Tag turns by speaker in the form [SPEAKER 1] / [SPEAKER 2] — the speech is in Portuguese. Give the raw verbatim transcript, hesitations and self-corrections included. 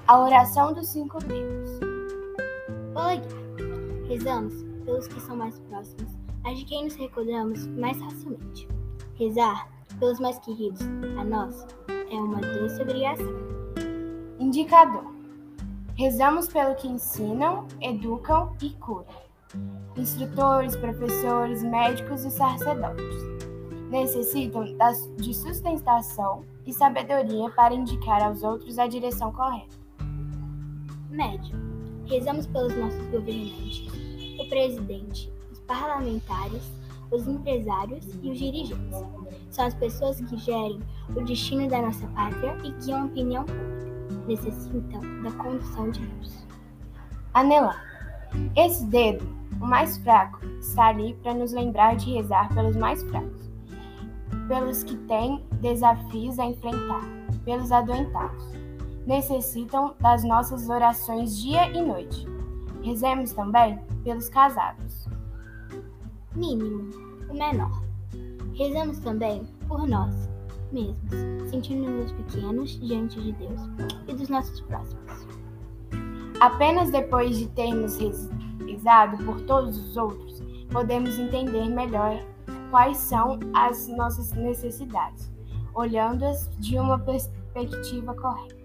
[SPEAKER 1] A oração dos cinco dedos.
[SPEAKER 2] Olá, rezamos pelos que são mais próximos, a de quem nos recordamos mais facilmente. Rezar pelos mais queridos a nós é uma doce obrigação.
[SPEAKER 1] Indicador. Rezamos pelo que ensinam, educam e curam. Instrutores, professores, médicos e sacerdotes. Necessitam de sustentação e sabedoria para indicar aos outros a direção correta.
[SPEAKER 2] Médio. Rezamos pelos nossos governantes, o presidente, os parlamentares, os empresários e os dirigentes. São as pessoas que gerem o destino da nossa pátria e guiam a opinião pública. Necessitam da condução de Deus.
[SPEAKER 1] Anelar. Esse dedo, o mais fraco, está ali para nos lembrar de rezar pelos mais fracos, pelos que têm desafios a enfrentar, pelos adoentados. Necessitam das nossas orações dia e noite. Rezemos também pelos casados.
[SPEAKER 2] Mínimo, o menor. Rezamos também por nós mesmos, sentindo-nos pequenos diante de Deus e dos nossos próximos.
[SPEAKER 1] Apenas depois de termos rezado por todos os outros, podemos entender melhor quais são as nossas necessidades, olhando-as de uma perspectiva correta.